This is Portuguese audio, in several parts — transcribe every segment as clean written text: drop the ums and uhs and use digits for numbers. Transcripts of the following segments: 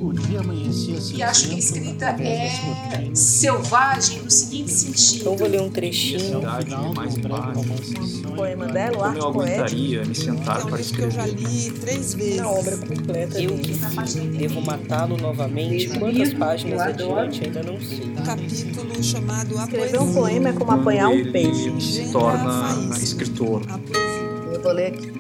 O dia amanhecia E acho que a escrita é selvagem no seguinte sentido. Então vou ler um trechinho. O poema dela, o Como eu aguentaria me sentar para escrever? Que eu já li 3 vezes. Na obra completa Eu dele. que Devo matá-lo novamente? Quantas páginas adiante? Ainda não sei. Um capítulo chamado A Escrever um poema é como apanhar um peixe. Ele se torna escritor. Eu vou ler aqui.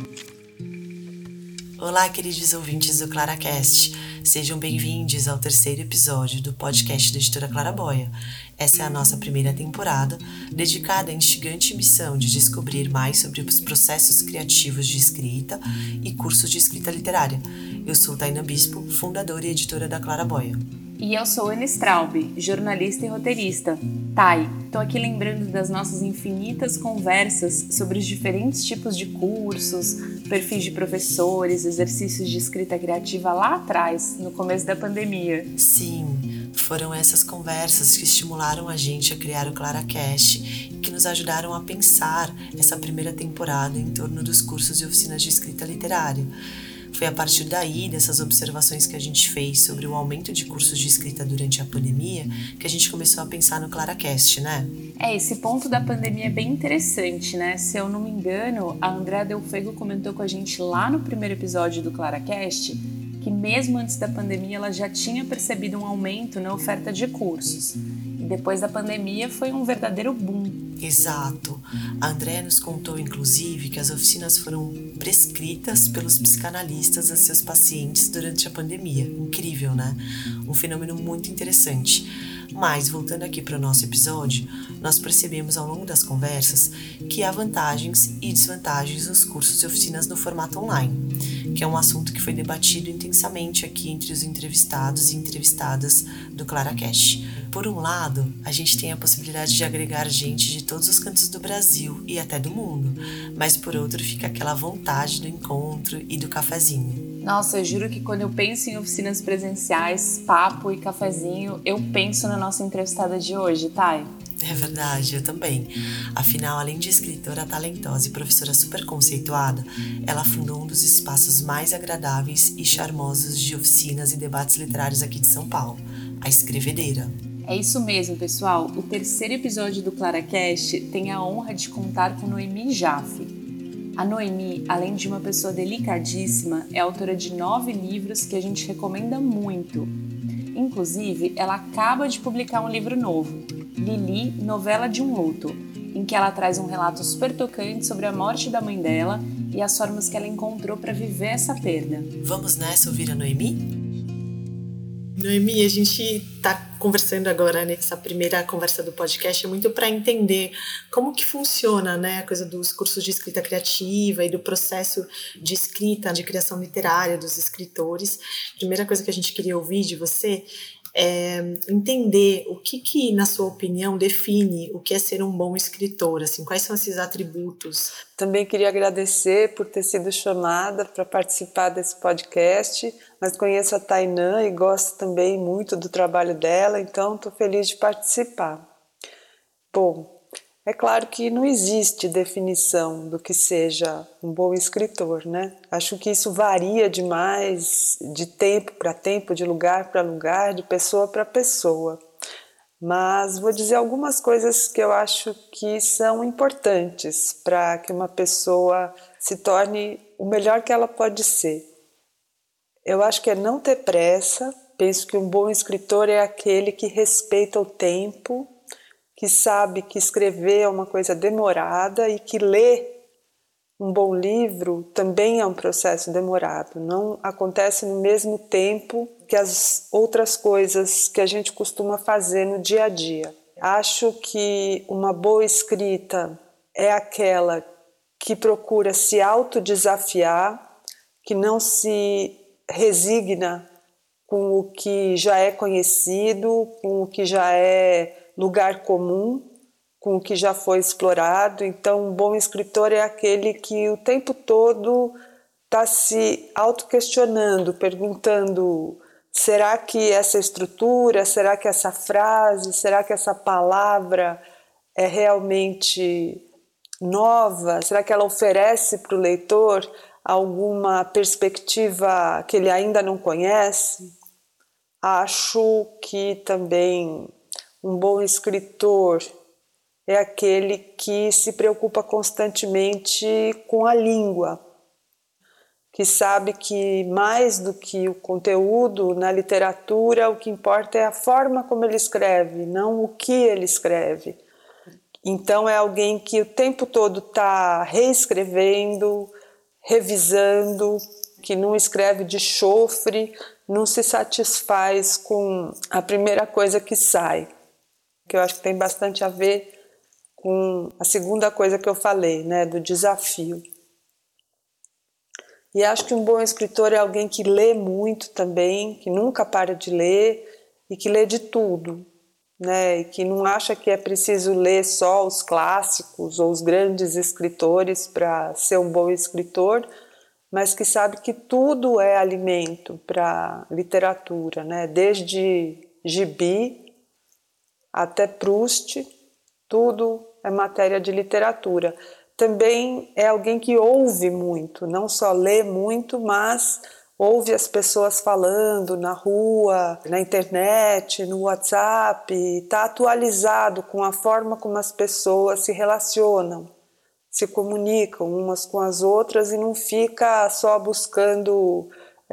Olá, queridos ouvintes do ClaraCast. Sejam bem-vindos ao terceiro episódio do podcast da editora Claraboia. Essa é a nossa primeira temporada, dedicada à instigante missão de descobrir mais sobre os processos criativos de escrita e cursos de escrita literária. Eu sou Tainá Bispo, fundadora e editora da Claraboia. E eu sou Ana Straub, jornalista e roteirista. Thay, tô aqui lembrando das nossas infinitas conversas sobre os diferentes tipos de cursos, perfis de professores, exercícios de escrita criativa lá atrás, no começo da pandemia. Sim, foram essas conversas que estimularam a gente a criar o ClaraCast e que nos ajudaram a pensar essa primeira temporada em torno dos cursos e oficinas de escrita literária. Foi a partir daí, dessas observações que a gente fez sobre o aumento de cursos de escrita durante a pandemia, que a gente começou a pensar no ClaraCast, né? Esse ponto da pandemia é bem interessante, né? Se eu não me engano, a Andrea Del Fuego comentou com a gente lá no primeiro episódio do ClaraCast que mesmo antes da pandemia ela já tinha percebido um aumento na oferta de cursos. E depois da pandemia foi um verdadeiro boom. Exato. A Andrea nos contou, inclusive, que as oficinas foram prescritas pelos psicanalistas a seus pacientes durante a pandemia. Incrível, né? Um fenômeno muito interessante. Mas, voltando aqui para o nosso episódio, nós percebemos ao longo das conversas que há vantagens e desvantagens nos cursos e oficinas no formato online, que é um assunto que foi debatido intensamente aqui entre os entrevistados e entrevistadas do ClaraCast. Por um lado, a gente tem a possibilidade de agregar gente de todos os cantos do Brasil e até do mundo, mas por outro fica aquela vontade do encontro e do cafezinho. Nossa, eu juro que quando eu penso em oficinas presenciais, papo e cafezinho, eu penso na nossa entrevistada de hoje, Thay. É verdade, eu também. Afinal, além de escritora talentosa e professora super conceituada, ela fundou um dos espaços mais agradáveis e charmosos de oficinas e debates literários aqui de São Paulo, a Escrevedeira. É isso mesmo, pessoal. O terceiro episódio do ClaraCast tem a honra de contar com Noemi Jaffe. A Noemi, além de uma pessoa delicadíssima, é autora de 9 livros que a gente recomenda muito. Inclusive, ela acaba de publicar um livro novo, Lili, Novela de um Luto, em que ela traz um relato super tocante sobre a morte da mãe dela e as formas que ela encontrou para viver essa perda. Vamos nessa ouvir a Noemi? Noemi, a gente está conversando agora nessa primeira conversa do podcast muito para entender como que funciona, né, a coisa dos cursos de escrita criativa e do processo de escrita, de criação literária dos escritores. A primeira coisa que a gente queria ouvir de você é entender o que na sua opinião define o que é ser um bom escritor, assim, quais são esses atributos. Também queria agradecer por ter sido chamada para participar desse podcast, mas conheço a Tainá e gosto também muito do trabalho dela, então estou feliz de participar. Bom, é claro que não existe definição do que seja um bom escritor, né? Acho que isso varia demais de tempo para tempo, de lugar para lugar, de pessoa para pessoa. Mas vou dizer algumas coisas que eu acho que são importantes para que uma pessoa se torne o melhor que ela pode ser. Eu acho que é não ter pressa. Penso que um bom escritor é aquele que respeita o tempo, que sabe que escrever é uma coisa demorada e que ler um bom livro também é um processo demorado. Não acontece no mesmo tempo que as outras coisas que a gente costuma fazer no dia a dia. Acho que uma boa escrita é aquela que procura se autodesafiar, que não se resigna com o que já é conhecido, com o que já é lugar comum, com o que já foi explorado. Então, um bom escritor é aquele que o tempo todo está se autoquestionando, perguntando: será que essa estrutura, será que essa frase, será que essa palavra é realmente nova? Será que ela oferece para o leitor alguma perspectiva que ele ainda não conhece? Acho que também um bom escritor é aquele que se preocupa constantemente com a língua, que sabe que mais do que o conteúdo na literatura, o que importa é a forma como ele escreve, não o que ele escreve. Então é alguém que o tempo todo está reescrevendo, revisando, que não escreve de chofre, não se satisfaz com a primeira coisa que sai, que eu acho que tem bastante a ver com a segunda coisa que eu falei, né, do desafio. E acho que um bom escritor é alguém que lê muito também, que nunca para de ler e que lê de tudo, né, e que não acha que é preciso ler só os clássicos ou os grandes escritores para ser um bom escritor, mas que sabe que tudo é alimento para literatura, né? Desde gibi até Proust, tudo é matéria de literatura. Também é alguém que ouve muito, não só lê muito, mas ouve as pessoas falando na rua, na internet, no WhatsApp, está atualizado com a forma como as pessoas se relacionam, se comunicam umas com as outras e não fica só buscando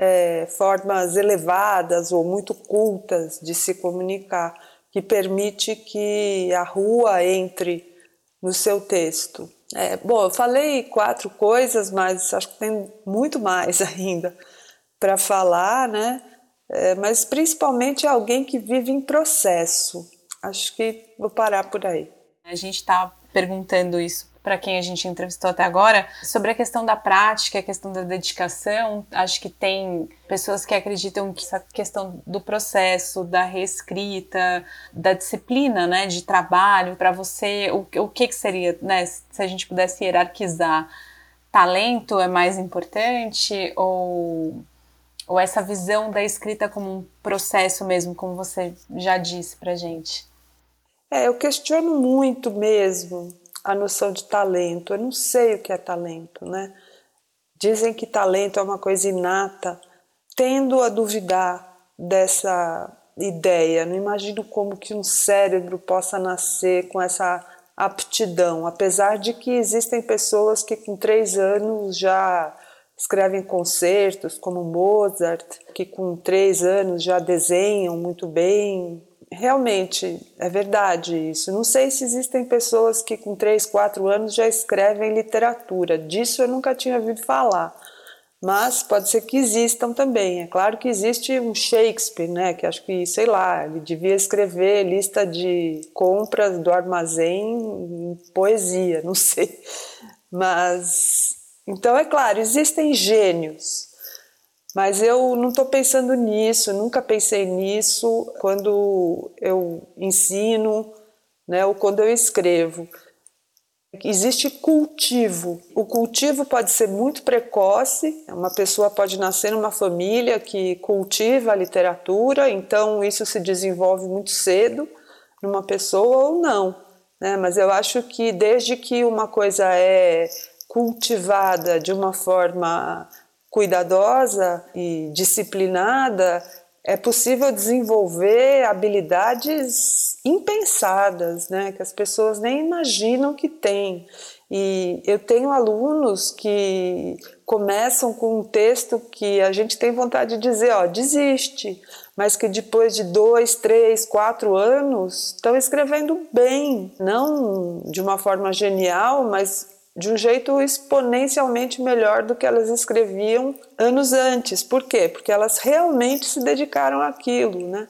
formas elevadas ou muito cultas de se comunicar, que permite que a rua entre no seu texto. Bom, eu falei 4 coisas, mas acho que tem muito mais ainda para falar, né? Mas principalmente é alguém que vive em processo. Acho que vou parar por aí. A gente está perguntando isso para quem a gente entrevistou até agora, sobre a questão da prática, a questão da dedicação. Acho que tem pessoas que acreditam que essa questão do processo, da reescrita, da disciplina, né, de trabalho, para você, o que seria, né, se a gente pudesse hierarquizar, talento é mais importante ou essa visão da escrita como um processo mesmo, como você já disse pra gente? Eu questiono muito mesmo a noção de talento. Eu não sei o que é talento, né? Dizem que talento é uma coisa inata. Tendo a duvidar dessa ideia. Não imagino como que um cérebro possa nascer com essa aptidão, apesar de que existem pessoas que com 3 anos já escrevem concertos, como Mozart, que com 3 anos já desenham muito bem. Realmente, é verdade isso. Não sei se existem pessoas que com 3, 4 anos já escrevem literatura. Disso eu nunca tinha ouvido falar. Mas pode ser que existam também. É claro que existe um Shakespeare, né? Que acho que, sei lá, ele devia escrever lista de compras do armazém em poesia, não sei. Mas, então é claro, existem gênios. Mas eu não estou pensando nisso, nunca pensei nisso quando eu ensino, né, ou quando eu escrevo. Existe cultivo. O cultivo pode ser muito precoce, uma pessoa pode nascer numa família que cultiva a literatura, então isso se desenvolve muito cedo numa pessoa ou não, né? Mas eu acho que desde que uma coisa é cultivada de uma forma cuidadosa e disciplinada, é possível desenvolver habilidades impensadas, né, que as pessoas nem imaginam que têm. E eu tenho alunos que começam com um texto que a gente tem vontade de dizer, desiste, mas que depois de 2, 3, 4 anos estão escrevendo bem, não de uma forma genial, mas de um jeito exponencialmente melhor do que elas escreviam anos antes. Por quê? Porque elas realmente se dedicaram àquilo, né?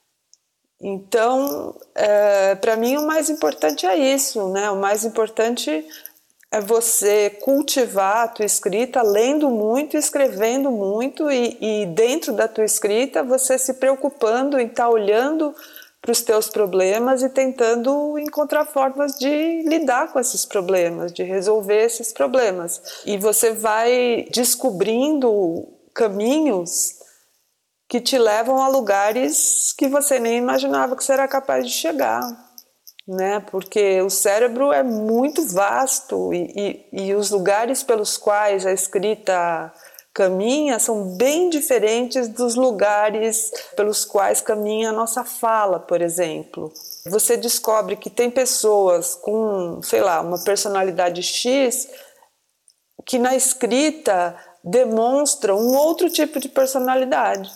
Então, para mim, o mais importante é isso, né? O mais importante é você cultivar a tua escrita, lendo muito, escrevendo muito e dentro da tua escrita você se preocupando em estar olhando para os teus problemas e tentando encontrar formas de lidar com esses problemas, de resolver esses problemas. E você vai descobrindo caminhos que te levam a lugares que você nem imaginava que você era capaz de chegar, né? Porque o cérebro é muito vasto e os lugares pelos quais a escrita caminha são bem diferentes dos lugares pelos quais caminha a nossa fala, por exemplo. Você descobre que tem pessoas com, sei lá, uma personalidade X que na escrita demonstram um outro tipo de personalidade.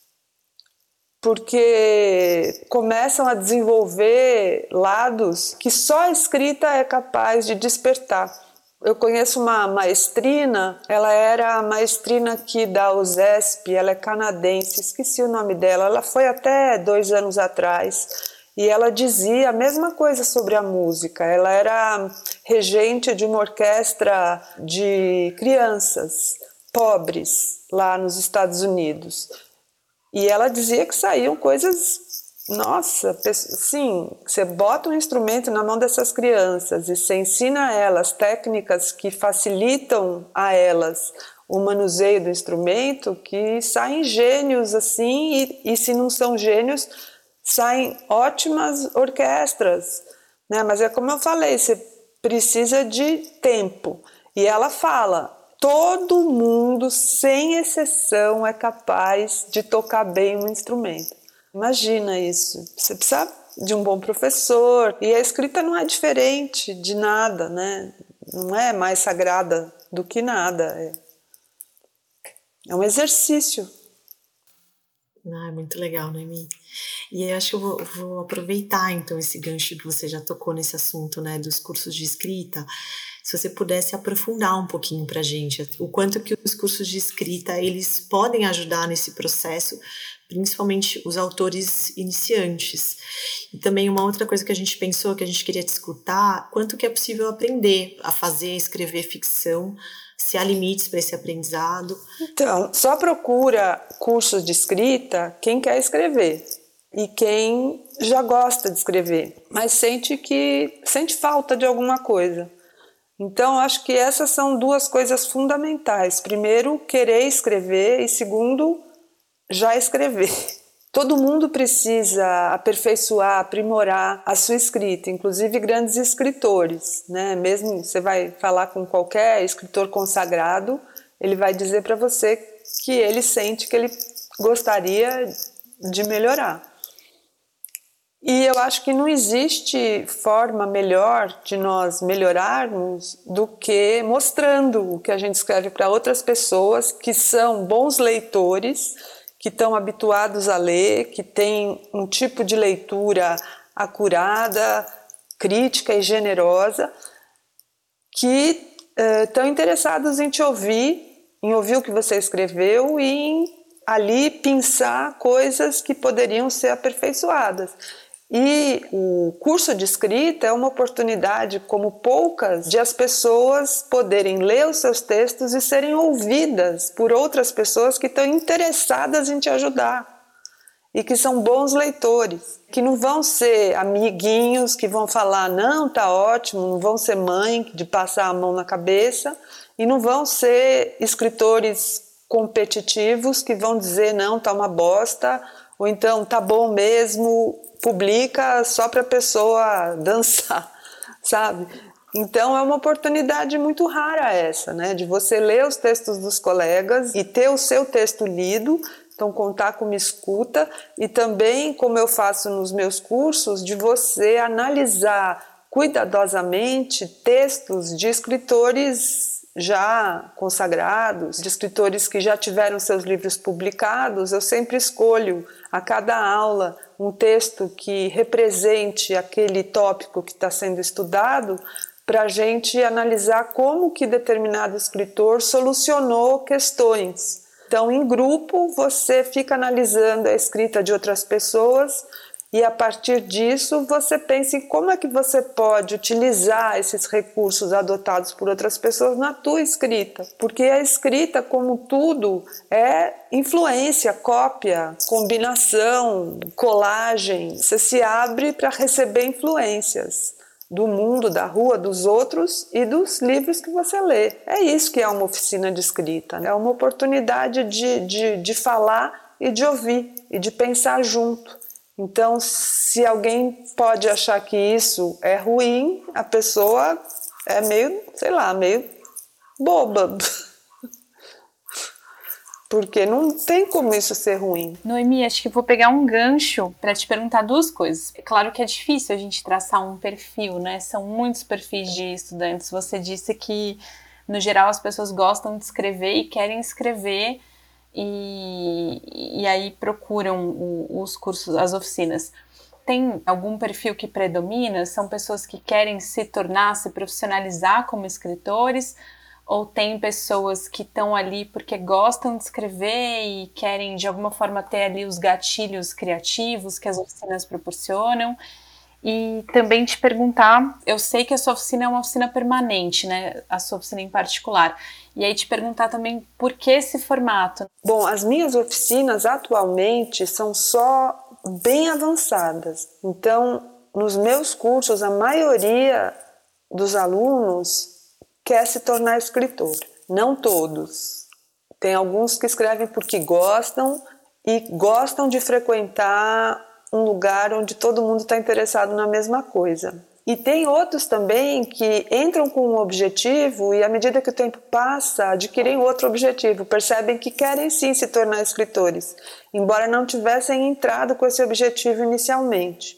Porque começam a desenvolver lados que só a escrita é capaz de despertar. Eu conheço uma maestrina, ela era a maestrina aqui da USESP, ela é canadense, esqueci o nome dela, ela foi até 2 anos atrás, e ela dizia a mesma coisa sobre a música. Ela era regente de uma orquestra de crianças pobres lá nos Estados Unidos. E ela dizia que saíam coisas, nossa, sim, você bota um instrumento na mão dessas crianças e você ensina a elas técnicas que facilitam a elas o manuseio do instrumento, que saem gênios assim, e se não são gênios, saem ótimas orquestras, né? Mas é como eu falei, você precisa de tempo. E ela fala, todo mundo, sem exceção, é capaz de tocar bem um instrumento. Imagina isso. Você precisa de um bom professor. E a escrita não é diferente de nada, né? Não é mais sagrada do que nada. É um exercício. É muito legal, Noemi. E eu acho que eu vou aproveitar, então, esse gancho que você já tocou nesse assunto, né, dos cursos de escrita. Se você pudesse aprofundar um pouquinho para a gente, o quanto que os cursos de escrita, eles podem ajudar nesse processo, principalmente os autores iniciantes. E também uma outra coisa que a gente pensou, que a gente queria te escutar, quanto que é possível aprender a fazer, escrever ficção, se há limites para esse aprendizado. Então, só procura cursos de escrita quem quer escrever e quem já gosta de escrever, mas sente falta de alguma coisa. Então, acho que essas são 2 coisas fundamentais. Primeiro, querer escrever, e segundo, já escrever. Todo mundo precisa aperfeiçoar, aprimorar a sua escrita, inclusive grandes escritores, né? Mesmo você vai falar com qualquer escritor consagrado, ele vai dizer para você que ele sente que ele gostaria de melhorar. E eu acho que não existe forma melhor de nós melhorarmos do que mostrando o que a gente escreve para outras pessoas que são bons leitores, que estão habituados a ler, que têm um tipo de leitura acurada, crítica e generosa, que estão interessados em te ouvir, em ouvir o que você escreveu e em ali pensar coisas que poderiam ser aperfeiçoadas. E o curso de escrita é uma oportunidade, como poucas, de as pessoas poderem ler os seus textos e serem ouvidas por outras pessoas que estão interessadas em te ajudar e que são bons leitores, que não vão ser amiguinhos que vão falar, não, tá ótimo, não vão ser mãe de passar a mão na cabeça e não vão ser escritores competitivos que vão dizer, não, tá uma bosta, ou então tá bom mesmo, publica só para a pessoa dançar, sabe? Então é uma oportunidade muito rara essa, né? De você ler os textos dos colegas e ter o seu texto lido, então contar com uma escuta, e também, como eu faço nos meus cursos, de você analisar cuidadosamente textos de escritores já consagrados, de escritores que já tiveram seus livros publicados. Eu sempre escolho a cada aula um texto que represente aquele tópico que está sendo estudado, para a gente analisar como que determinado escritor solucionou questões. Então, em grupo, você fica analisando a escrita de outras pessoas e, a partir disso, você pensa em como é que você pode utilizar esses recursos adotados por outras pessoas na tua escrita. Porque a escrita, como tudo, é influência, cópia, combinação, colagem. Você se abre para receber influências do mundo, da rua, dos outros e dos livros que você lê. É isso que é uma oficina de escrita, né? É uma oportunidade de falar e de ouvir e de pensar junto. Então, se alguém pode achar que isso é ruim, a pessoa é meio, sei lá, meio boba. porque não tem como isso ser ruim. Noemi, acho que vou pegar um gancho para te perguntar duas coisas. É claro que é difícil a gente traçar um perfil, né? São muitos perfis de estudantes. Você disse que, no geral, as pessoas gostam de escrever e querem escrever e aí procuram os cursos, as oficinas. Tem algum perfil que predomina? São pessoas que querem se profissionalizar como escritores? Ou tem pessoas que estão ali porque gostam de escrever e querem, de alguma forma, ter ali os gatilhos criativos que as oficinas proporcionam? E também te perguntar, eu sei que a sua oficina é uma oficina permanente, né? A sua oficina em particular. E aí te perguntar também por que esse formato? Bom, as minhas oficinas atualmente são só bem avançadas. Então, nos meus cursos, a maioria dos alunos quer se tornar escritor. Não todos. Tem alguns que escrevem porque gostam e gostam de frequentar um lugar onde todo mundo está interessado na mesma coisa. E tem outros também que entram com um objetivo e, à medida que o tempo passa, adquirem outro objetivo, percebem que querem sim se tornar escritores, embora não tivessem entrado com esse objetivo inicialmente.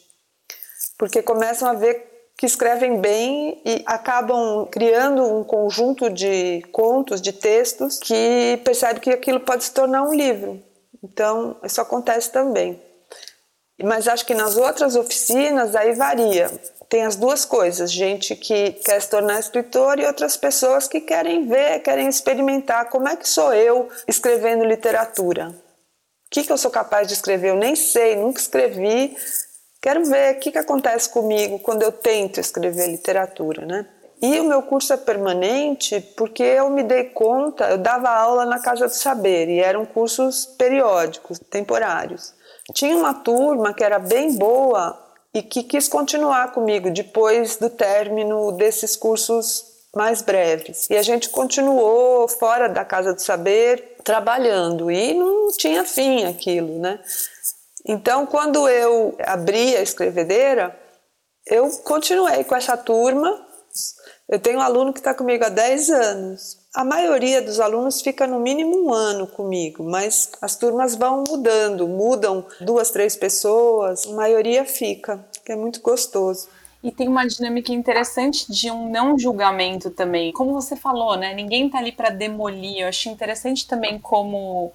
Porque começam a ver que escrevem bem e acabam criando um conjunto de contos, de textos, que percebe que aquilo pode se tornar um livro. Então, isso acontece também. Mas acho que nas outras oficinas aí varia. Tem as duas coisas, gente que quer se tornar escritor e outras pessoas que querem ver, querem experimentar como é que sou eu escrevendo literatura. O que eu sou capaz de escrever? Eu nem sei, nunca escrevi. Quero ver o que acontece comigo quando eu tento escrever literatura, né? E o meu curso é permanente porque eu me dei conta, eu dava aula na Casa do Saber e eram cursos periódicos, temporários. Tinha uma turma que era bem boa e que quis continuar comigo depois do término desses cursos mais breves. E a gente continuou fora da Casa do Saber trabalhando e não tinha fim aquilo, né? Então, quando eu abri a escrevedeira, eu continuei com essa turma. Eu tenho um aluno que está comigo há 10 anos. A maioria dos alunos fica no mínimo 1 ano comigo, mas as turmas vão mudando, mudam 2, 3 pessoas, a maioria fica, que é muito gostoso. E tem uma dinâmica interessante de um não julgamento também. Como você falou, né? Ninguém está ali para demolir. Eu acho interessante também como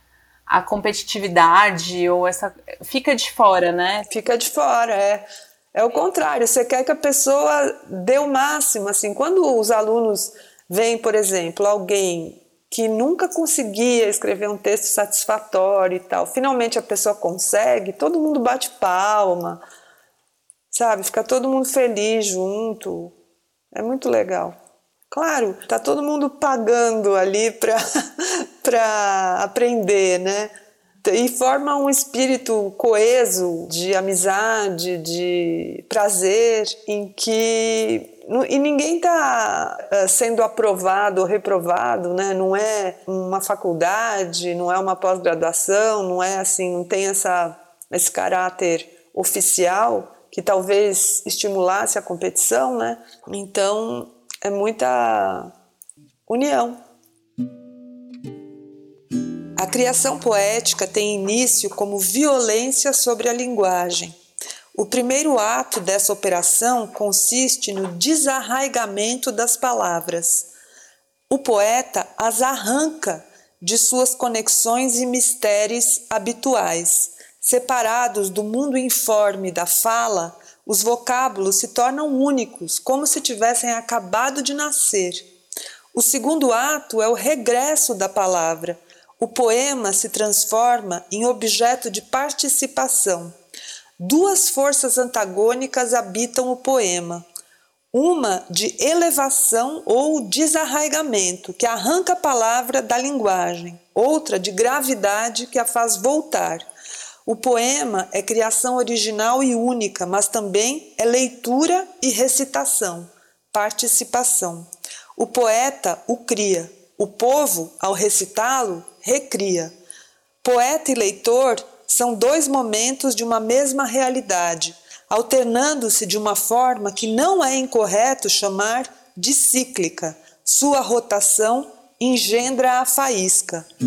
a competitividade ou essa fica de fora, né? Fica de fora, é. É o contrário, você quer que a pessoa dê o máximo, assim. Quando os alunos veem, por exemplo, alguém que nunca conseguia escrever um texto satisfatório e tal, finalmente a pessoa consegue, todo mundo bate palma, sabe? Fica todo mundo feliz junto. É muito legal. Claro, tá todo mundo pagando ali para aprender, né? E forma um espírito coeso de amizade, de prazer, em que e ninguém está sendo aprovado ou reprovado, né? Não é uma faculdade, não é uma pós-graduação, não é assim, não tem esse caráter oficial que talvez estimulasse a competição, né? Então é muita união. A criação poética tem início como violência sobre a linguagem. O primeiro ato dessa operação consiste no desarraigamento das palavras. O poeta as arranca de suas conexões e mistérios habituais. Separados do mundo informe da fala, os vocábulos se tornam únicos, como se tivessem acabado de nascer. O segundo ato é o regresso da palavra. O poema se transforma em objeto de participação. 2 forças antagônicas habitam o poema. Uma de elevação ou desarraigamento, que arranca a palavra da linguagem. Outra de gravidade, que a faz voltar. O poema é criação original e única, mas também é leitura e recitação, participação. O poeta o cria. O povo, ao recitá-lo, recria. Poeta e leitor são 2 momentos de uma mesma realidade, alternando-se de uma forma que não é incorreto chamar de cíclica. Sua rotação engendra a faísca.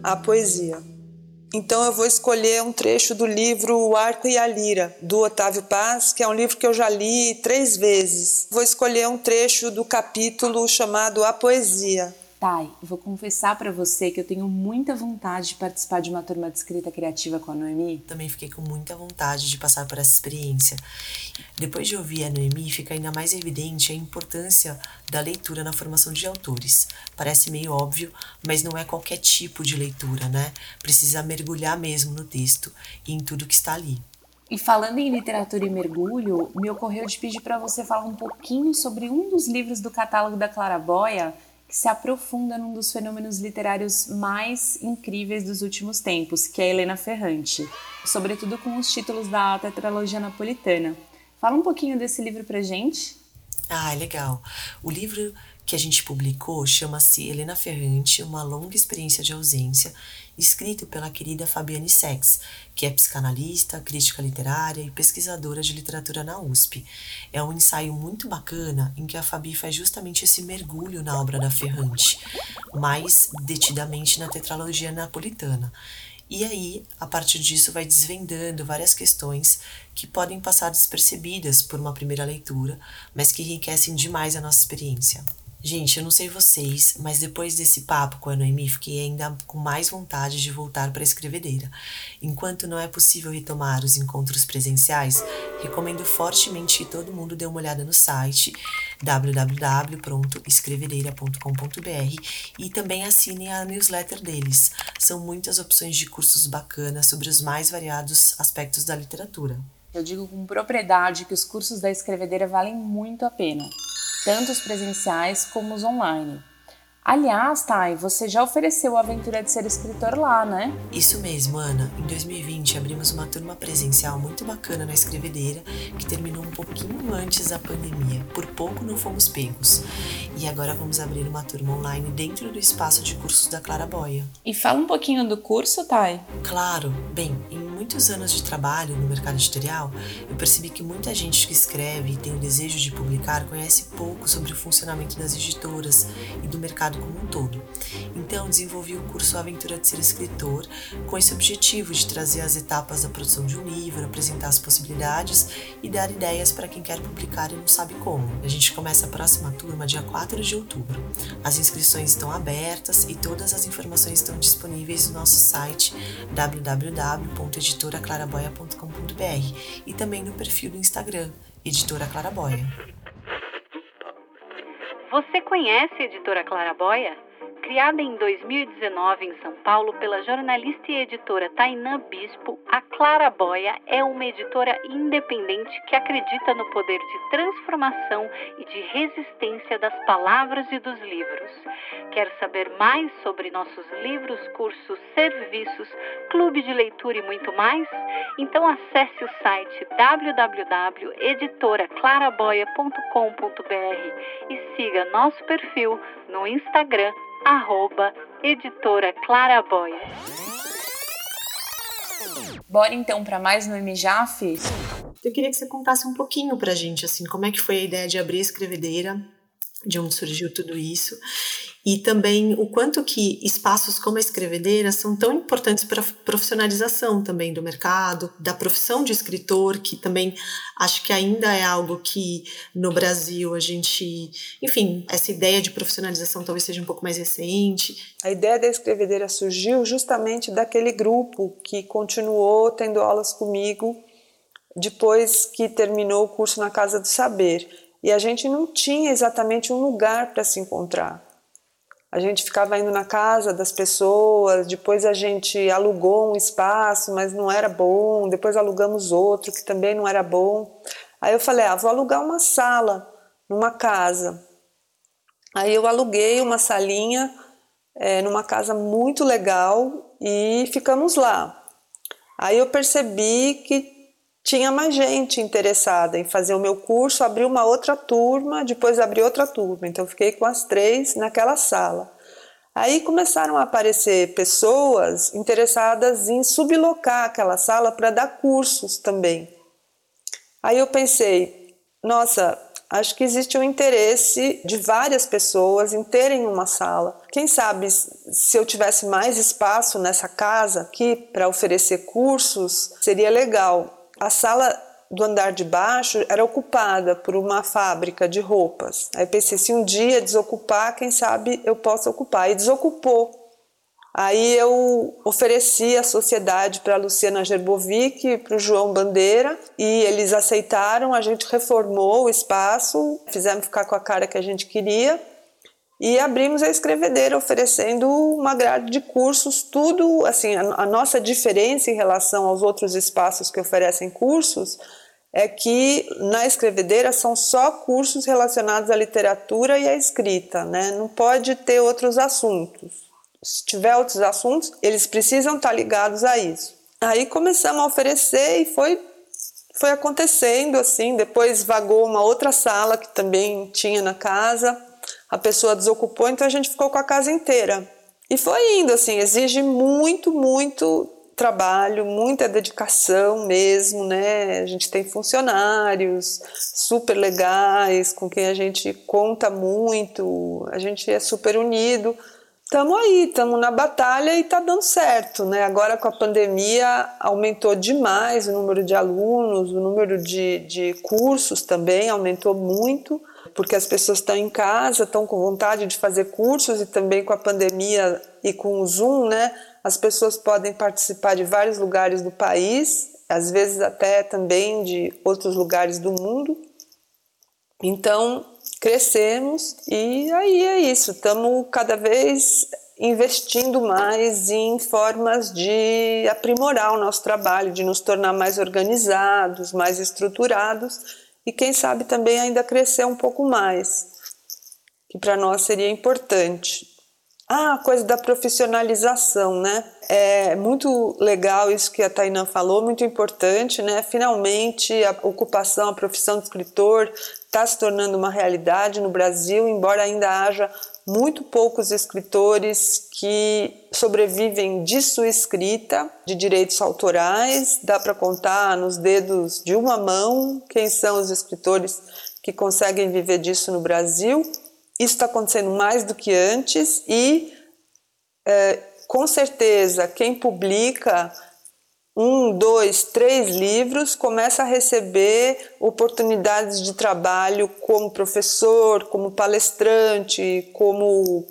a poesia. Então eu vou escolher um trecho do livro O Arco e a Lira, do Otávio Paz, que é um livro que eu já li 3 vezes. Vou escolher um trecho do capítulo chamado A Poesia. Thay, vou confessar para você que eu tenho muita vontade de participar de uma turma de escrita criativa com a Noemi. Também fiquei com muita vontade de passar por essa experiência. Depois de ouvir a Noemi, fica ainda mais evidente a importância da leitura na formação de autores. Parece meio óbvio, mas não é qualquer tipo de leitura, né? Precisa mergulhar mesmo no texto e em tudo que está ali. E falando em literatura e mergulho, me ocorreu de pedir para você falar um pouquinho sobre um dos livros do catálogo da Claraboia que se aprofunda num dos fenômenos literários mais incríveis dos últimos tempos, que é Helena Ferrante, sobretudo com os títulos da tetralogia napolitana. Fala um pouquinho desse livro pra gente. Ah, legal. O livro que a gente publicou chama-se Helena Ferrante, Uma Longa Experiência de Ausência, escrito pela querida Fabiane Sex, que é psicanalista, crítica literária e pesquisadora de literatura na USP. É um ensaio muito bacana em que a Fabi faz justamente esse mergulho na obra da Ferrante, mais detidamente na tetralogia napolitana. E aí, a partir disso, vai desvendando várias questões que podem passar despercebidas por uma primeira leitura, mas que enriquecem demais a nossa experiência. Gente, eu não sei vocês, mas depois desse papo com a Noemi, fiquei ainda com mais vontade de voltar para a escrevedeira. Enquanto não é possível retomar os encontros presenciais, recomendo fortemente que todo mundo dê uma olhada no site www.escrevedeira.com.br e também assinem a newsletter deles. São muitas opções de cursos bacanas sobre os mais variados aspectos da literatura. Eu digo com propriedade que os cursos da Escrevedeira valem muito a pena, tanto os presenciais como os online. Aliás, Thay, você já ofereceu a aventura de ser escritor lá, né? Isso mesmo, Ana. Em 2020 abrimos uma turma presencial muito bacana na Escrevedeira, que terminou um pouquinho antes da pandemia. Por pouco não fomos pegos. E agora vamos abrir uma turma online dentro do espaço de cursos da Claraboia. E fala um pouquinho do curso, Thay. Claro. Bem, em muitos anos de trabalho no mercado editorial, eu percebi que muita gente que escreve e tem o desejo de publicar conhece pouco sobre o funcionamento das editoras e do mercado como um todo. Então, desenvolvi o curso Aventura de Ser Escritor com esse objetivo de trazer as etapas da produção de um livro, apresentar as possibilidades e dar ideias para quem quer publicar e não sabe como. A gente começa a próxima turma dia 4 de outubro. As inscrições estão abertas e todas as informações estão disponíveis no nosso site www.editoraclaraboia.com.br e também no perfil do Instagram, Editora Claraboia. Você conhece a Editora Claraboia? Criada em 2019 em São Paulo pela jornalista e editora Tainã Bispo, a Claraboia é uma editora independente que acredita no poder de transformação e de resistência das palavras e dos livros. Quer saber mais sobre nossos livros, cursos, serviços, clube de leitura e muito mais? Então acesse o site www.editoraclaraboia.com.br e siga nosso perfil no Instagram, @Editora Claraboia. Bora então para mais Noemi Jaffe? Eu queria que você contasse um pouquinho pra gente, assim, como é que foi a ideia de abrir a Escrevedeira, de onde surgiu tudo isso, e também o quanto que espaços como a Escrevedeira são tão importantes para a profissionalização também do mercado, da profissão de escritor, que também acho que ainda é algo que no Brasil a gente, enfim, essa ideia de profissionalização talvez seja um pouco mais recente. A ideia da Escrevedeira surgiu justamente daquele grupo que continuou tendo aulas comigo depois que terminou o curso na Casa do Saber. E a gente não tinha exatamente um lugar para se encontrar. A gente ficava indo na casa das pessoas, depois a gente alugou um espaço, mas não era bom, depois alugamos outro, que também não era bom. Aí eu falei, vou alugar uma sala numa casa. Aí eu aluguei uma salinha numa casa muito legal e ficamos lá. Aí eu percebi que tinha mais gente interessada em fazer o meu curso, abri uma outra turma, depois abri outra turma. Então, fiquei com as 3 naquela sala. Aí começaram a aparecer pessoas interessadas em sublocar aquela sala para dar cursos também. Aí eu pensei, nossa, Acho que existe um interesse de várias pessoas em terem uma sala. Quem sabe se eu tivesse mais espaço nessa casa aqui para oferecer cursos, seria legal. A sala do andar de baixo era ocupada por uma fábrica de roupas. Aí pensei, se um dia desocupar, quem sabe eu possa ocupar. E desocupou. Aí eu ofereci a sociedade para a Luciana Gerbovic e para o João Bandeira e eles aceitaram, a gente reformou o espaço, fizemos ficar com a cara que a gente queria e abrimos a Escrevedeira oferecendo uma grade de cursos, tudo assim, a nossa diferença em relação aos outros espaços que oferecem cursos é que na Escrevedeira são só cursos relacionados à literatura e à escrita, né? Não pode ter outros assuntos. Se tiver outros assuntos, eles precisam estar ligados a isso. Aí começamos a oferecer e foi acontecendo assim. Depois vagou uma outra sala que também tinha na casa. A pessoa desocupou, então a gente ficou com a casa inteira. E foi indo assim, exige muito trabalho, muita dedicação mesmo, né? A gente tem funcionários super legais, com quem a gente conta muito, a gente é super unido. Estamos aí, estamos na batalha e está dando certo, né? Agora com a pandemia aumentou demais o número de alunos, o número de cursos também aumentou muito, porque as pessoas estão em casa, estão com vontade de fazer cursos e também com a pandemia e com o Zoom, né? As pessoas podem participar de vários lugares do país, às vezes até também de outros lugares do mundo. Então, crescemos e aí é isso, estamos cada vez investindo mais em formas de aprimorar o nosso trabalho, de nos tornar mais organizados, mais estruturados e quem sabe também ainda crescer um pouco mais, que para nós seria importante. A coisa da profissionalização, né? É muito legal isso que a Tainá falou, muito importante, né? Finalmente a ocupação, a profissão de escritor está se tornando uma realidade no Brasil, embora ainda haja muito poucos escritores que sobrevivem de sua escrita, de direitos autorais. Dá para contar nos dedos de uma mão quem são os escritores que conseguem viver disso no Brasil. Isso está acontecendo mais do que antes e, com certeza, quem publica 1, 2, 3 livros começa a receber oportunidades de trabalho como professor, como palestrante, como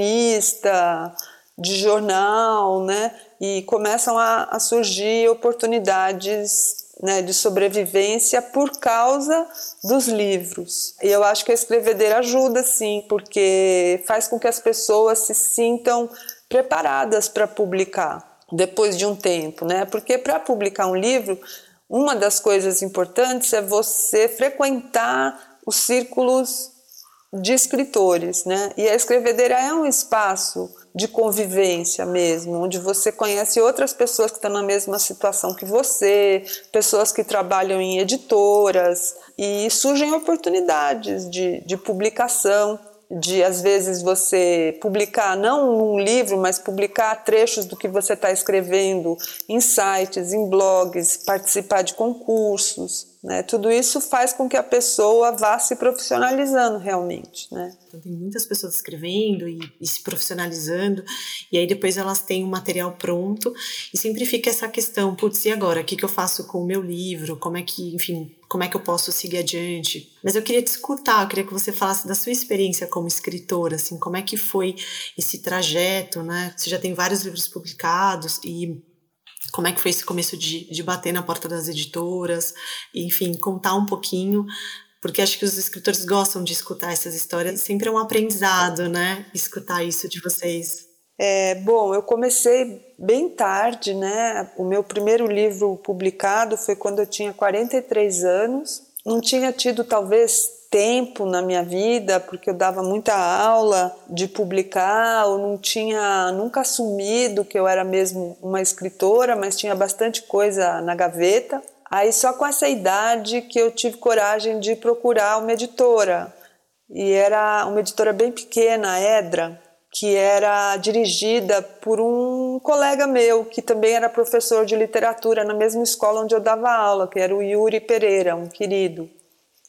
colunista de jornal, né? E começam a surgir oportunidades, né, de sobrevivência por causa dos livros. E eu acho que a Escrevedeira ajuda, sim, porque faz com que as pessoas se sintam preparadas para publicar depois de um tempo, né? Porque para publicar um livro, uma das coisas importantes é você frequentar os círculos de escritores, né? E a Escrevedeira é um espaço de convivência mesmo, onde você conhece outras pessoas que estão na mesma situação que você, pessoas que trabalham em editoras, e surgem oportunidades de publicação, de às vezes você publicar não um livro, mas publicar trechos do que você está escrevendo em sites, em blogs, participar de concursos, né? Tudo isso faz com que a pessoa vá se profissionalizando realmente, né? Então, tem muitas pessoas escrevendo e se profissionalizando, e aí depois elas têm um material pronto, e sempre fica essa questão, putz, e agora? O que eu faço com o meu livro? Como é que eu posso seguir adiante? Mas eu queria te escutar, eu queria que você falasse da sua experiência como escritora, assim, como é que foi esse trajeto, né? Você já tem vários livros publicados, e como é que foi esse começo de bater na porta das editoras, enfim, contar um pouquinho, porque acho que os escritores gostam de escutar essas histórias, sempre é um aprendizado, né, escutar isso de vocês. Bom, eu comecei bem tarde, né, o meu primeiro livro publicado foi quando eu tinha 43 anos, não tinha tido talvez tempo na minha vida, porque eu dava muita aula de publicar, eu não tinha nunca assumido que eu era mesmo uma escritora, mas tinha bastante coisa na gaveta. Aí só com essa idade que eu tive coragem de procurar uma editora. E era uma editora bem pequena, a Edra, que era dirigida por um colega meu, que também era professor de literatura na mesma escola onde eu dava aula, que era o Yuri Pereira, um querido.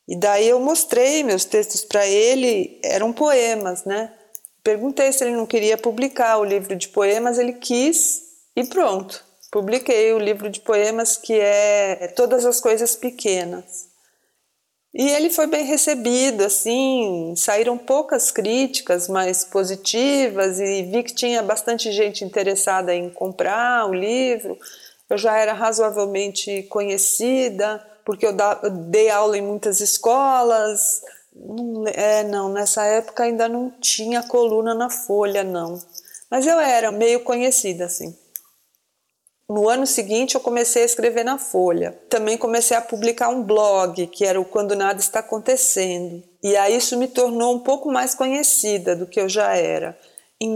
E daí eu mostrei meus textos para ele, eram poemas, né? Perguntei se ele não queria publicar o livro de poemas, ele quis e pronto. Publiquei o livro de poemas que é Todas as Coisas Pequenas. E ele foi bem recebido, assim, saíram poucas críticas mais positivas e vi que tinha bastante gente interessada em comprar o livro. Eu já era razoavelmente conhecida, porque eu dei aula em muitas escolas. Não, nessa época ainda não tinha coluna na Folha, não. Mas eu era meio conhecida, assim. No ano seguinte eu comecei a escrever na Folha. Também comecei a publicar um blog, que era o Quando Nada Está Acontecendo. E aí isso me tornou um pouco mais conhecida do que eu já era. Em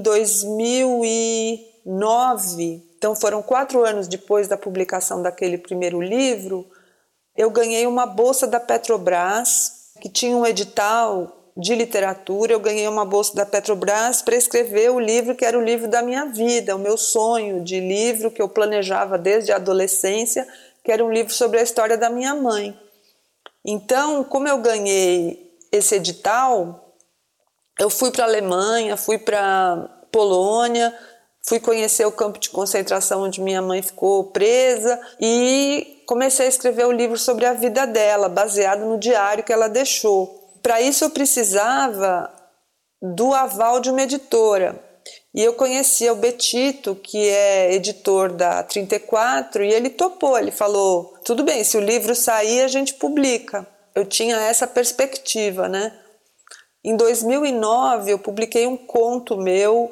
2009, então foram 4 anos depois da publicação daquele primeiro livro, eu ganhei uma bolsa da Petrobras, que tinha um edital de literatura. Eu ganhei uma bolsa da Petrobras para escrever o livro que era o livro da minha vida, o meu sonho de livro que eu planejava desde a adolescência, que era um livro sobre a história da minha mãe. Então, como eu ganhei esse edital, eu fui para a Alemanha, fui para Polônia, fui conhecer o campo de concentração onde minha mãe ficou presa e comecei a escrever o livro sobre a vida dela, baseado no diário que ela deixou. Para isso eu precisava do aval de uma editora. E eu conhecia o Betito, que é editor da 34, e ele topou, ele falou, tudo bem, se o livro sair a gente publica. Eu tinha essa perspectiva, né? Em 2009 eu publiquei um conto meu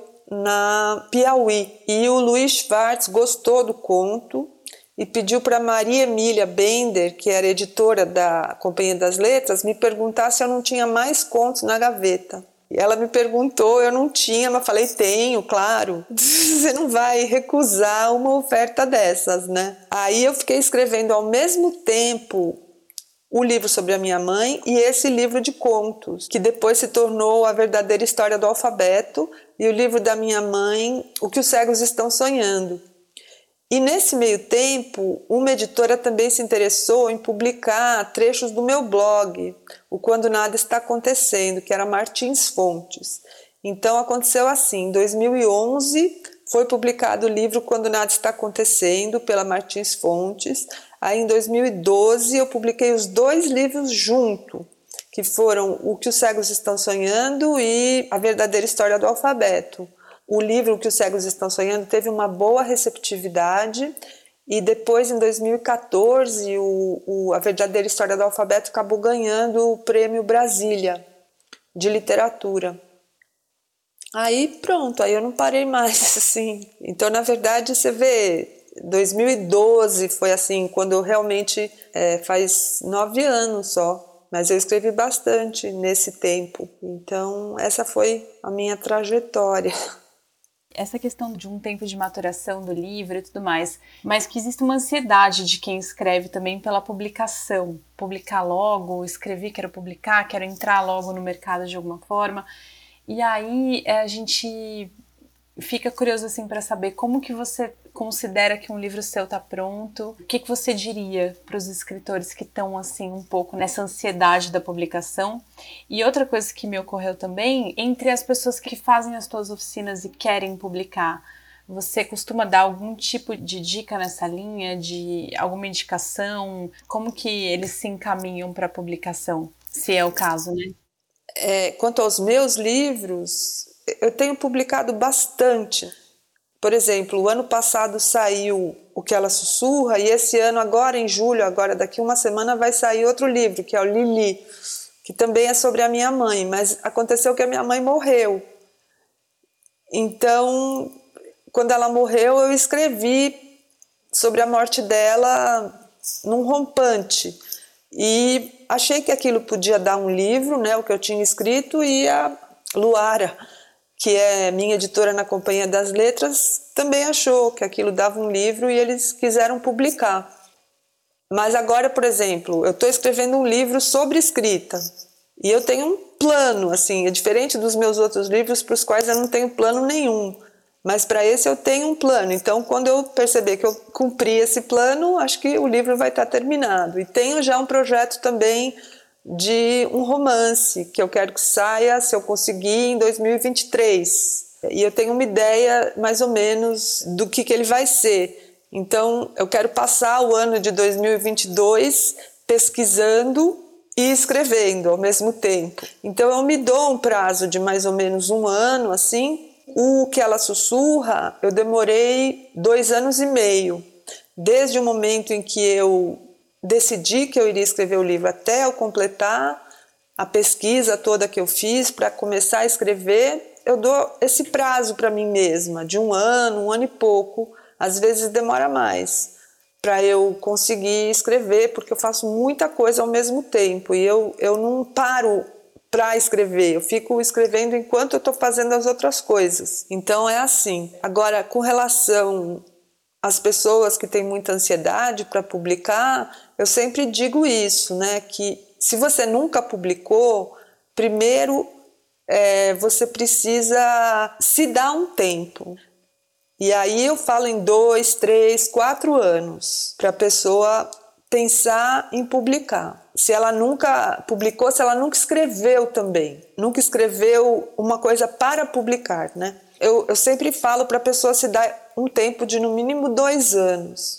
na Piauí, e o Luiz Schwartz gostou do conto e pediu para Maria Emília Bender, que era editora da Companhia das Letras, me perguntar se eu não tinha mais contos na gaveta. E ela me perguntou, eu não tinha, mas falei, tenho, claro. Você não vai recusar uma oferta dessas, né? Aí eu fiquei escrevendo ao mesmo tempo o livro sobre a minha mãe e esse livro de contos, que depois se tornou A Verdadeira História do Alfabeto, e o livro da minha mãe, O que os Cegos Estão Sonhando. E nesse meio tempo, uma editora também se interessou em publicar trechos do meu blog, o Quando Nada Está Acontecendo, que era Martins Fontes. Então aconteceu assim, em 2011 foi publicado o livro Quando Nada Está Acontecendo, pela Martins Fontes. Aí em 2012 eu publiquei os 2 livros junto, que foram O que os Cegos Estão Sonhando e A Verdadeira História do Alfabeto. O livro O que os Cegos Estão Sonhando teve uma boa receptividade e depois, em 2014, A Verdadeira História do Alfabeto acabou ganhando o Prêmio Brasília de Literatura. Aí pronto, aí eu não parei mais, assim. Então, na verdade, você vê, 2012 foi assim, quando eu realmente, faz 9 anos só, mas eu escrevi bastante nesse tempo. Então, essa foi a minha trajetória. Essa questão de um tempo de maturação do livro e tudo mais, mas que existe uma ansiedade de quem escreve também pela publicação. Publicar logo, escrevi, quero publicar, quero entrar logo no mercado de alguma forma. E aí a gente fica curioso assim para saber como que você considera que um livro seu está pronto. O que você diria para os escritores que estão assim um pouco nessa ansiedade da publicação? E outra coisa que me ocorreu também, entre as pessoas que fazem as suas oficinas e querem publicar, você costuma dar algum tipo de dica nessa linha, de alguma indicação? Como que eles se encaminham para a publicação, se é o caso, né? Quanto aos meus livros, eu tenho publicado bastante. Por exemplo, o ano passado saiu O Que Ela Sussurra, e esse ano, agora em julho, agora daqui uma semana, vai sair outro livro, que é o Lili, que também é sobre a minha mãe, mas aconteceu que a minha mãe morreu. Então, quando ela morreu, eu escrevi sobre a morte dela num rompante. E achei que aquilo podia dar um livro, né, o que eu tinha escrito, e a Luara, que é minha editora na Companhia das Letras, também achou que aquilo dava um livro e eles quiseram publicar. Mas agora, por exemplo, eu estou escrevendo um livro sobre escrita e eu tenho um plano, assim, é diferente dos meus outros livros para os quais eu não tenho plano nenhum, mas para esse eu tenho um plano. Então, quando eu perceber que eu cumpri esse plano, acho que o livro vai estar terminado. E tenho já um projeto também de um romance que eu quero que saia, se eu conseguir, em 2023. E eu tenho uma ideia mais ou menos do que ele vai ser. Então eu quero passar o ano de 2022 pesquisando e escrevendo ao mesmo tempo. Então eu me dou um prazo de mais ou menos um ano, assim. O que ela sussurra, eu demorei 2 anos e meio. Desde o momento em que eu decidi que eu iria escrever o livro até eu completar a pesquisa toda que eu fiz para começar a escrever, eu dou esse prazo para mim mesma, de um ano e pouco, às vezes demora mais, para eu conseguir escrever, porque eu faço muita coisa ao mesmo tempo e eu não paro para escrever, eu fico escrevendo enquanto eu estou fazendo as outras coisas. Então é assim. Agora, com relação às pessoas que têm muita ansiedade para publicar, eu sempre digo isso, né? Que se você nunca publicou, primeiro você precisa se dar um tempo. E aí eu falo em 2, 3, 4 anos para a pessoa pensar em publicar. Se ela nunca publicou, se ela nunca escreveu também, nunca escreveu uma coisa para publicar, né? Eu sempre falo para a pessoa se dar um tempo de no mínimo 2 anos.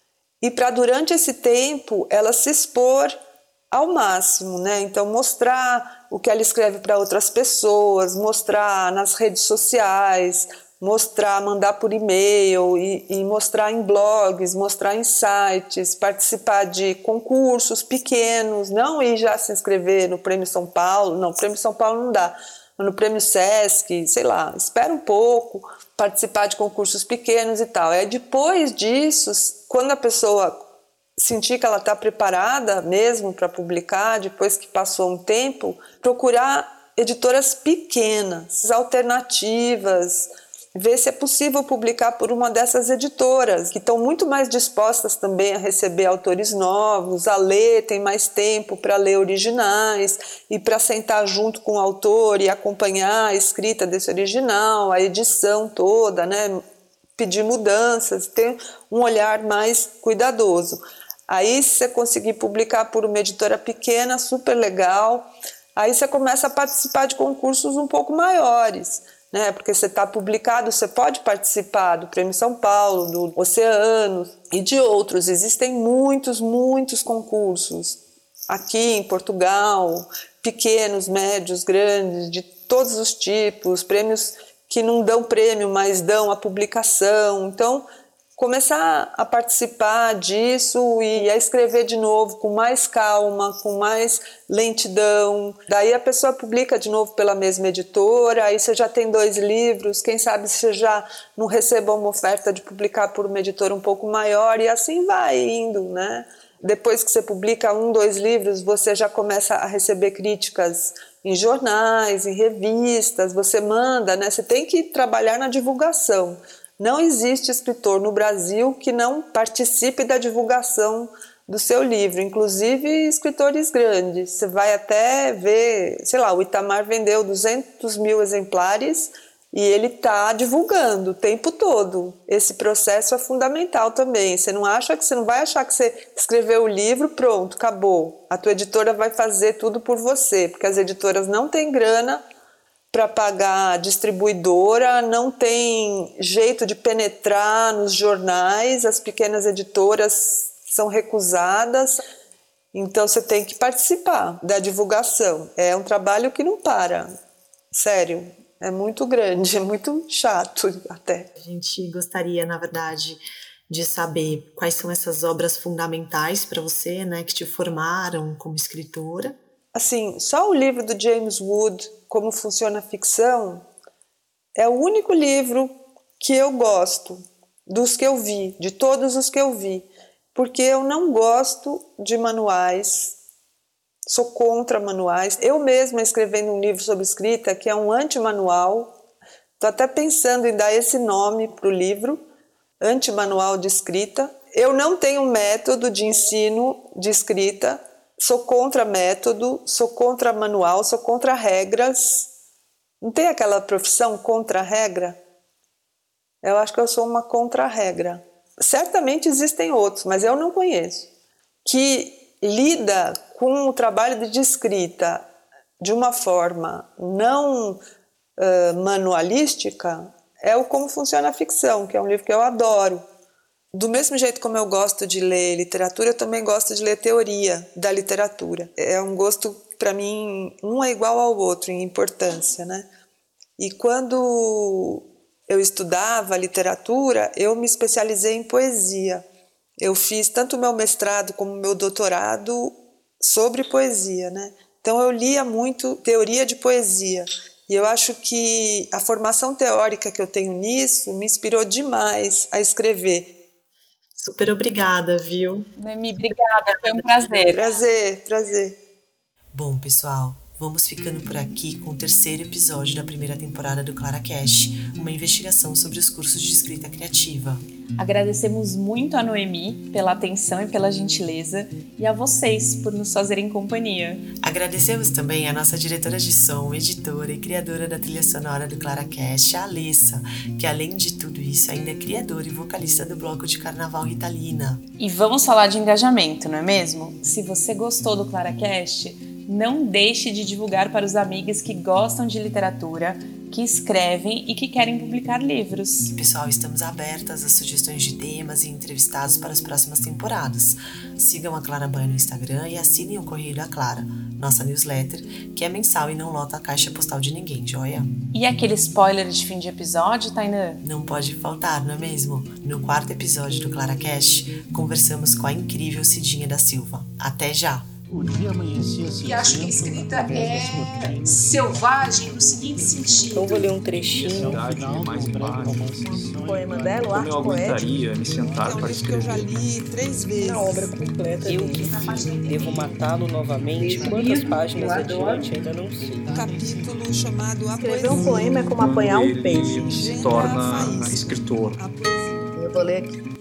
E para durante esse tempo ela se expor ao máximo, né? Então mostrar o que ela escreve para outras pessoas, mostrar nas redes sociais, mostrar, mandar por e-mail e mostrar em blogs, mostrar em sites, participar de concursos pequenos, não ir já se inscrever no Prêmio São Paulo, não, Prêmio São Paulo não dá, no Prêmio Sesc, sei lá, espera um pouco, participar de concursos pequenos e tal. É depois disso, quando a pessoa sentir que ela está preparada mesmo para publicar, depois que passou um tempo, procurar editoras pequenas, alternativas, ver se é possível publicar por uma dessas editoras, que estão muito mais dispostas também a receber autores novos, a ler, tem mais tempo para ler originais e para sentar junto com o autor e acompanhar a escrita desse original, a edição toda, né? Pedir mudanças, ter um olhar mais cuidadoso. Aí, se você conseguir publicar por uma editora pequena, super legal, aí você começa a participar de concursos um pouco maiores, né? Porque você está publicado, você pode participar do Prêmio São Paulo, do Oceanos e de outros. Existem muitos concursos aqui em Portugal, pequenos, médios, grandes, de todos os tipos, prêmios que não dão prêmio, mas dão a publicação. Então, começar a participar disso e a escrever de novo com mais calma, com mais lentidão. Daí a pessoa publica de novo pela mesma editora, aí você já tem 2 livros, quem sabe você já não receba uma oferta de publicar por uma editora um pouco maior e assim vai indo, né? Depois que você publica 1, 2 livros, você já começa a receber críticas em jornais, em revistas, você manda, né? Você tem que trabalhar na divulgação. Não existe escritor no Brasil que não participe da divulgação do seu livro, inclusive escritores grandes. Você vai até ver, sei lá, o Itamar vendeu 200 mil exemplares e ele está divulgando o tempo todo. Esse processo é fundamental também. Você não vai achar que você escreveu o livro, pronto, acabou. A tua editora vai fazer tudo por você, porque as editoras não têm grana para pagar a distribuidora, não tem jeito de penetrar nos jornais, as pequenas editoras são recusadas, então você tem que participar da divulgação. É um trabalho que não para, sério, é muito grande, é muito chato até. A gente gostaria, na verdade, de saber quais são essas obras fundamentais para você, né, que te formaram como escritora. Assim, só o livro do James Wood, Como Funciona a Ficção, é o único livro que eu gosto, dos que eu vi, de todos os que eu vi, porque eu não gosto de manuais, sou contra manuais. Eu mesma escrevendo um livro sobre escrita, que é um anti-manual, estou até pensando em dar esse nome para o livro, anti-manual de escrita. Eu não tenho método de ensino de escrita, sou contra método, sou contra manual, sou contra regras. Não tem aquela profissão contra regra? Eu acho que eu sou uma contra regra. Certamente existem outros, mas eu não conheço. Que lida com o trabalho de escrita de uma forma não manualística é o Como Funciona a Ficção, que é um livro que eu adoro. Do mesmo jeito como eu gosto de ler literatura, eu também gosto de ler teoria da literatura. É um gosto, para mim, um é igual ao outro em importância, né? E quando eu estudava literatura, eu me especializei em poesia. Eu fiz tanto o meu mestrado como o meu doutorado sobre poesia, né? Então eu lia muito teoria de poesia. E eu acho que a formação teórica que eu tenho nisso me inspirou demais a escrever. Super obrigada, viu? Noemi, obrigada, foi um prazer. Prazer. Bom, pessoal, vamos ficando por aqui com o terceiro episódio da primeira temporada do ClaraCast, uma investigação sobre os cursos de escrita criativa. Agradecemos muito a Noemi pela atenção e pela gentileza e a vocês por nos fazerem companhia. Agradecemos também a nossa diretora de som, editora e criadora da trilha sonora do ClaraCast, a Alessa, que além de tudo isso ainda é criadora e vocalista do bloco de carnaval Ritalina. E vamos falar de engajamento, não é mesmo? Se você gostou do ClaraCast, não deixe de divulgar para os amigos que gostam de literatura, que escrevem e que querem publicar livros. Pessoal, estamos abertas a sugestões de temas e entrevistados para as próximas temporadas. Sigam a Clara Boia no Instagram e assinem o Correio da Clara, nossa newsletter, que é mensal e não lota a caixa postal de ninguém, joia? E aquele spoiler de fim de episódio, Tainã? Não pode faltar, não é mesmo? No quarto episódio do ClaraCast, conversamos com a incrível Cidinha da Silva. Até já! O dia amanhecia e acho que a escrita é selvagem no seguinte sentido. Então vou ler um trechinho. Mais embaixo. O poema dela, o Como eu arte poético. aguentaria me sentar para Que eu escrever? já li 3 vezes. Na obra completa eu que devo matá-lo novamente. Quantas páginas adiante ainda não sei. Um capítulo chamado A Escrever um poema é como apanhar um peixe. Ele se torna escritor. A poesia. Eu vou ler aqui.